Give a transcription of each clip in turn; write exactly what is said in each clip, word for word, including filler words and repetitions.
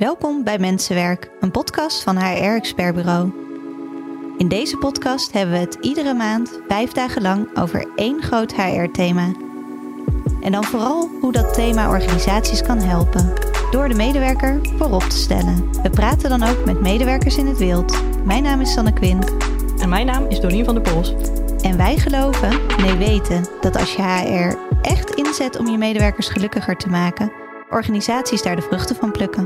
Welkom bij Mensenwerk, een podcast van H R Expert Bureau. In deze podcast hebben we het iedere maand vijf dagen lang over één groot H R-thema. En dan vooral hoe dat thema organisaties kan helpen, door de medewerker voorop te stellen. We praten dan ook met medewerkers in het wild. Mijn naam is Sanne Quint. En mijn naam is Dorien van der Pols. En wij geloven, nee weten, dat als je H R echt inzet om je medewerkers gelukkiger te maken, organisaties daar de vruchten van plukken.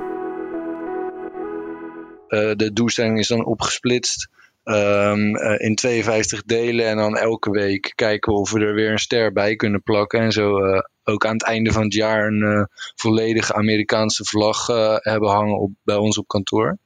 Uh, de doelstelling is dan opgesplitst um, uh, in tweeënvijftig delen. En dan elke week kijken we of we er weer een ster bij kunnen plakken. En zo uh, ook aan het einde van het jaar een uh, volledige Amerikaanse vlag uh, hebben hangen op, bij ons op kantoor.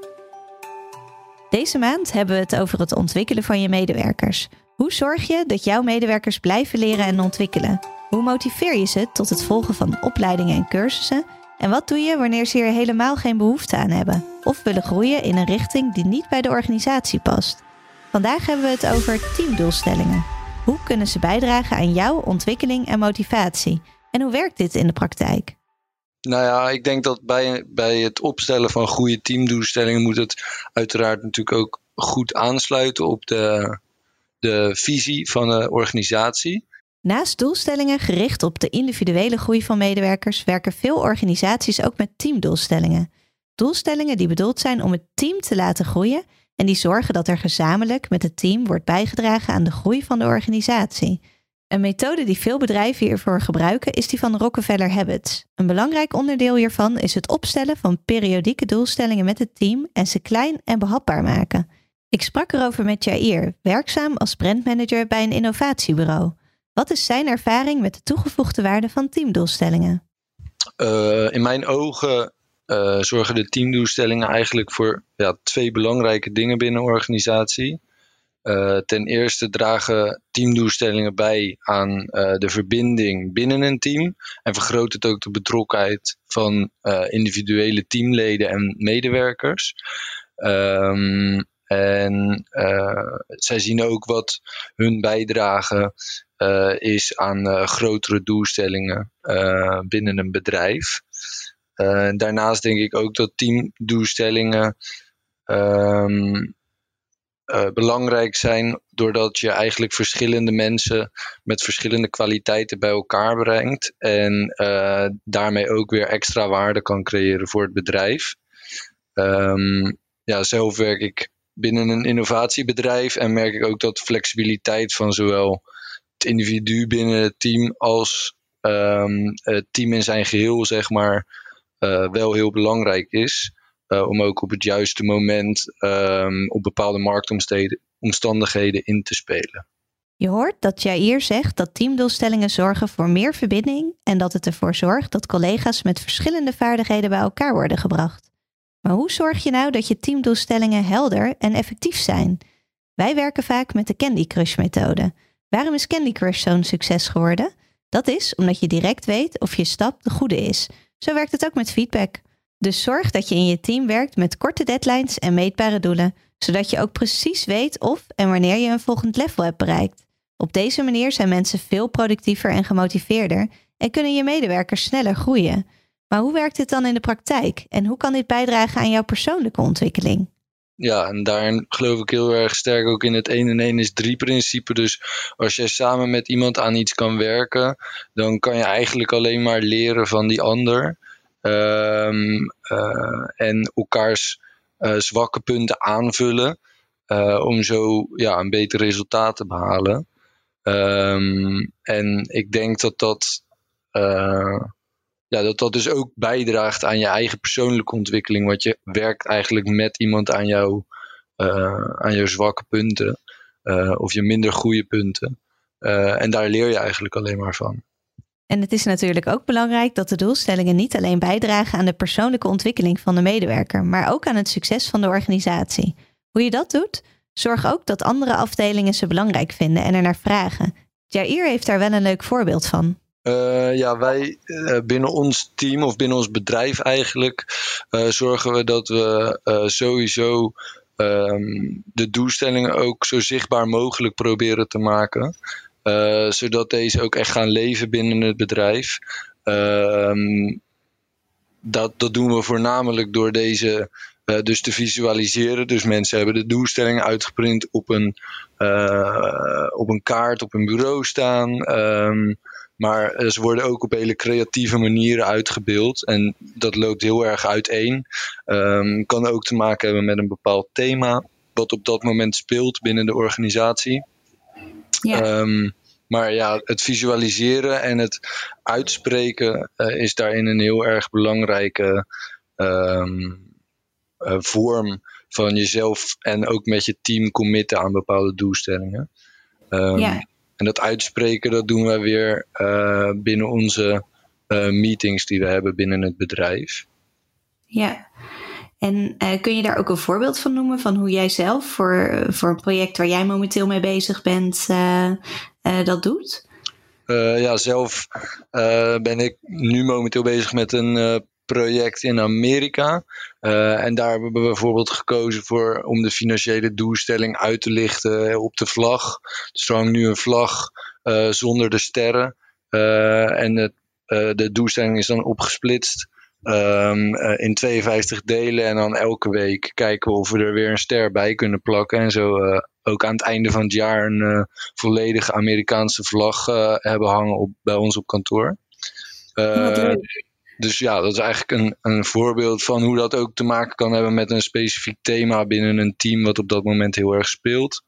Deze maand hebben we het over het ontwikkelen van je medewerkers. Hoe zorg je dat jouw medewerkers blijven leren en ontwikkelen? Hoe motiveer je ze tot het volgen van opleidingen en cursussen? En wat doe je wanneer ze er helemaal geen behoefte aan hebben of willen groeien in een richting die niet bij de organisatie past? Vandaag hebben we het over teamdoelstellingen. Hoe kunnen ze bijdragen aan jouw ontwikkeling en motivatie? En hoe werkt dit in de praktijk? Nou ja, ik denk dat bij, bij het opstellen van goede teamdoelstellingen moet het uiteraard natuurlijk ook goed aansluiten op de, de visie van de organisatie. Naast doelstellingen gericht op de individuele groei van medewerkers werken veel organisaties ook met teamdoelstellingen. Doelstellingen die bedoeld zijn om het team te laten groeien en die zorgen dat er gezamenlijk met het team wordt bijgedragen aan de groei van de organisatie. Een methode die veel bedrijven hiervoor gebruiken is die van Rockefeller Habits. Een belangrijk onderdeel hiervan is het opstellen van periodieke doelstellingen met het team en ze klein en behapbaar maken. Ik sprak erover met Jair, werkzaam als brandmanager bij een innovatiebureau. Wat is zijn ervaring met de toegevoegde waarde van teamdoelstellingen? Uh, in mijn ogen uh, zorgen de teamdoelstellingen eigenlijk voor ja, twee belangrijke dingen binnen een organisatie. Uh, ten eerste dragen teamdoelstellingen bij aan uh, de verbinding binnen een team en vergroot het ook de betrokkenheid van uh, individuele teamleden en medewerkers. Um, en uh, zij zien ook wat hun bijdrage uh, is aan uh, grotere doelstellingen uh, binnen een bedrijf. Uh, daarnaast denk ik ook dat teamdoelstellingen um, uh, belangrijk zijn doordat je eigenlijk verschillende mensen met verschillende kwaliteiten bij elkaar brengt en uh, daarmee ook weer extra waarde kan creëren voor het bedrijf. Um, ja, zelf werk ik binnen een innovatiebedrijf en merk ik ook dat de flexibiliteit van zowel het individu binnen het team als um, het team in zijn geheel, zeg maar, uh, wel heel belangrijk is. Uh, om ook op het juiste moment um, op bepaalde marktomstandigheden in te spelen. Je hoort dat Jair zegt dat teamdoelstellingen zorgen voor meer verbinding en dat het ervoor zorgt dat collega's met verschillende vaardigheden bij elkaar worden gebracht. Maar hoe zorg je nou dat je teamdoelstellingen helder en effectief zijn? Wij werken vaak met de Candy Crush methode. Waarom is Candy Crush zo'n succes geworden? Dat is omdat je direct weet of je stap de goede is. Zo werkt het ook met feedback. Dus zorg dat je in je team werkt met korte deadlines en meetbare doelen, zodat je ook precies weet of en wanneer je een volgend level hebt bereikt. Op deze manier zijn mensen veel productiever en gemotiveerder en kunnen je medewerkers sneller groeien. Maar hoe werkt dit dan in de praktijk? En hoe kan dit bijdragen aan jouw persoonlijke ontwikkeling? Ja, en daarin geloof ik heel erg sterk ook in het één en één is drie principe. Dus als jij samen met iemand aan iets kan werken, dan kan je eigenlijk alleen maar leren van die ander. Um, uh, en elkaars uh, zwakke punten aanvullen. Uh, om zo ja, een beter resultaat te behalen. Um, en ik denk dat dat... Uh, Ja, dat dat dus ook bijdraagt aan je eigen persoonlijke ontwikkeling. Want je werkt eigenlijk met iemand aan, jou, uh, aan jouw zwakke punten. Uh, of je minder goede punten. Uh, en daar leer je eigenlijk alleen maar van. En het is natuurlijk ook belangrijk dat de doelstellingen niet alleen bijdragen aan de persoonlijke ontwikkeling van de medewerker, maar ook aan het succes van de organisatie. Hoe je dat doet? Zorg ook dat andere afdelingen ze belangrijk vinden en er naar vragen. Jair heeft daar wel een leuk voorbeeld van. Uh, ja, wij uh, binnen ons team of binnen ons bedrijf eigenlijk uh, zorgen we dat we uh, sowieso um, de doelstellingen ook zo zichtbaar mogelijk proberen te maken. Uh, zodat deze ook echt gaan leven binnen het bedrijf. Uh, um, dat, dat doen we voornamelijk door deze uh, dus te visualiseren. Dus mensen hebben de doelstellingen uitgeprint op een, uh, op een kaart op een bureau staan. Um, maar ze worden ook op hele creatieve manieren uitgebeeld. En dat loopt heel erg uiteen. Um, kan ook te maken hebben met een bepaald thema wat op dat moment speelt binnen de organisatie. Ja. Um, maar ja, het visualiseren en het uitspreken uh, is daarin een heel erg belangrijke um, uh, vorm van jezelf en ook met je team committen aan bepaalde doelstellingen. Um, ja. En dat uitspreken, dat doen wij weer uh, binnen onze uh, meetings die we hebben binnen het bedrijf. Ja. En uh, kun je daar ook een voorbeeld van noemen van hoe jij zelf voor, uh, voor een project waar jij momenteel mee bezig bent, uh, uh, dat doet? Uh, ja, zelf uh, ben ik nu momenteel bezig met een uh, project in Amerika. Uh, en daar hebben we bijvoorbeeld gekozen voor om de financiële doelstelling uit te lichten op de vlag. Dus er hangt nu een vlag uh, zonder de sterren. Uh, en het, uh, de doelstelling is dan opgesplitst. Um, uh, in tweeënvijftig delen en dan elke week kijken we of we er weer een ster bij kunnen plakken en zo uh, ook aan het einde van het jaar een uh, volledige Amerikaanse vlag uh, hebben hangen op, bij ons op kantoor. Uh, dus ja, dat is eigenlijk een, een voorbeeld van hoe dat ook te maken kan hebben met een specifiek thema binnen een team wat op dat moment heel erg speelt.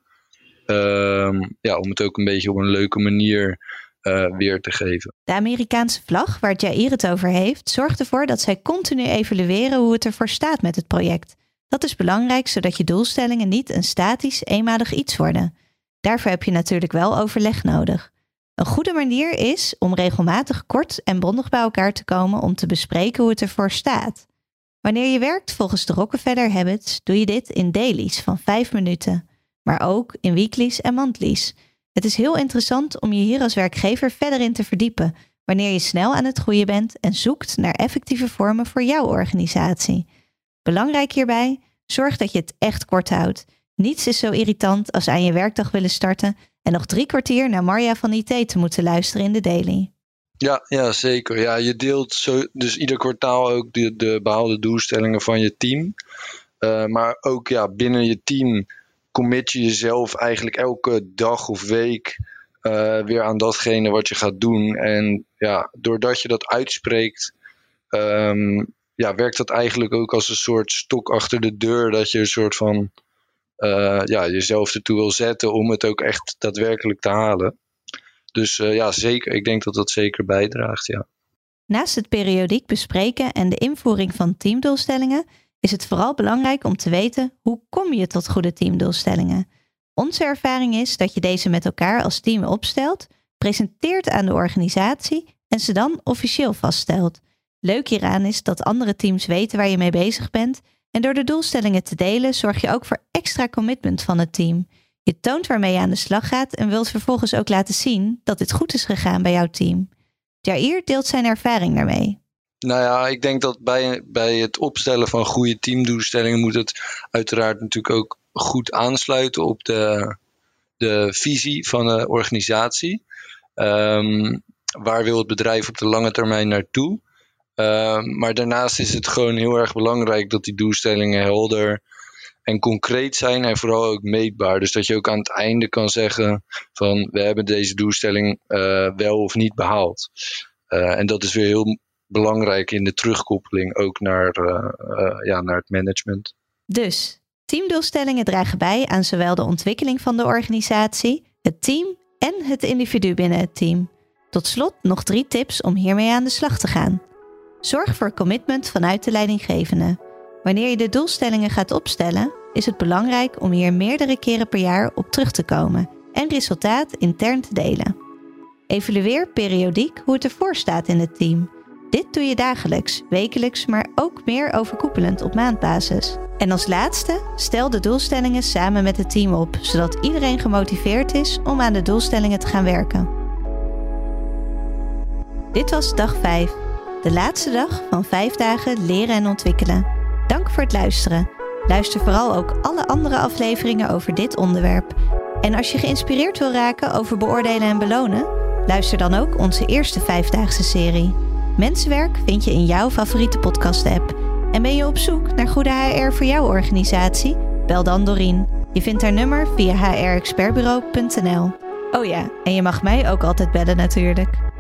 Uh, ja, om het ook een beetje op een leuke manier Uh, weer te geven. De Amerikaanse vlag, waar Jair het over heeft, zorgt ervoor dat zij continu evalueren hoe het ervoor staat met het project. Dat is belangrijk, zodat je doelstellingen niet een statisch, eenmalig iets worden. Daarvoor heb je natuurlijk wel overleg nodig. Een goede manier is om regelmatig kort en bondig bij elkaar te komen om te bespreken hoe het ervoor staat. Wanneer je werkt volgens de Rockefeller Habits, doe je dit in dailies van vijf minuten, maar ook in weeklies en monthlies. Het is heel interessant om je hier als werkgever verder in te verdiepen, wanneer je snel aan het groeien bent en zoekt naar effectieve vormen voor jouw organisatie. Belangrijk hierbij, zorg dat je het echt kort houdt. Niets is zo irritant als aan je werkdag willen starten en nog drie kwartier naar Marja van I T te moeten luisteren in de daily. Ja, ja zeker. Ja, je deelt zo, dus ieder kwartaal ook de, de behaalde doelstellingen van je team. Uh, maar ook ja, binnen je team commit je jezelf eigenlijk elke dag of week uh, weer aan datgene wat je gaat doen. En ja, doordat je dat uitspreekt, um, ja, werkt dat eigenlijk ook als een soort stok achter de deur. Dat je een soort van uh, ja, jezelf ertoe wil zetten om het ook echt daadwerkelijk te halen. Dus uh, ja, zeker. Ik denk dat dat zeker bijdraagt, ja. Naast het periodiek bespreken en de invoering van teamdoelstellingen is het vooral belangrijk om te weten hoe kom je tot goede teamdoelstellingen. Onze ervaring is dat je deze met elkaar als team opstelt, presenteert aan de organisatie en ze dan officieel vaststelt. Leuk hieraan is dat andere teams weten waar je mee bezig bent en door de doelstellingen te delen zorg je ook voor extra commitment van het team. Je toont waarmee je aan de slag gaat en wilt vervolgens ook laten zien dat dit goed is gegaan bij jouw team. Jair deelt zijn ervaring daarmee. Nou ja, ik denk dat bij, bij het opstellen van goede teamdoelstellingen moet het uiteraard natuurlijk ook goed aansluiten op de, de visie van de organisatie. Um, waar wil het bedrijf op de lange termijn naartoe? Um, maar daarnaast is het gewoon heel erg belangrijk dat die doelstellingen helder en concreet zijn en vooral ook meetbaar. Dus dat je ook aan het einde kan zeggen van we hebben deze doelstelling uh, wel of niet behaald. Uh, en dat is weer heel belangrijk in de terugkoppeling ook naar, uh, uh, ja, naar het management. Dus, teamdoelstellingen dragen bij aan zowel de ontwikkeling van de organisatie, het team en het individu binnen het team. Tot slot nog drie tips om hiermee aan de slag te gaan. Zorg voor commitment vanuit de leidinggevende. Wanneer je de doelstellingen gaat opstellen, is het belangrijk om hier meerdere keren per jaar op terug te komen en resultaat intern te delen. Evalueer periodiek hoe het ervoor staat in het team. Dit doe je dagelijks, wekelijks, maar ook meer overkoepelend op maandbasis. En als laatste, stel de doelstellingen samen met het team op, zodat iedereen gemotiveerd is om aan de doelstellingen te gaan werken. Dit was dag vijf, de laatste dag van vijf dagen leren en ontwikkelen. Dank voor het luisteren. Luister vooral ook alle andere afleveringen over dit onderwerp. En als je geïnspireerd wil raken over beoordelen en belonen, luister dan ook onze eerste vijfdaagse serie. Mensenwerk vind je in jouw favoriete podcast-app. En ben je op zoek naar goede H R voor jouw organisatie? Bel dan Dorien. Je vindt haar nummer via h r expertbureau punt n l. Oh ja, en je mag mij ook altijd bellen natuurlijk.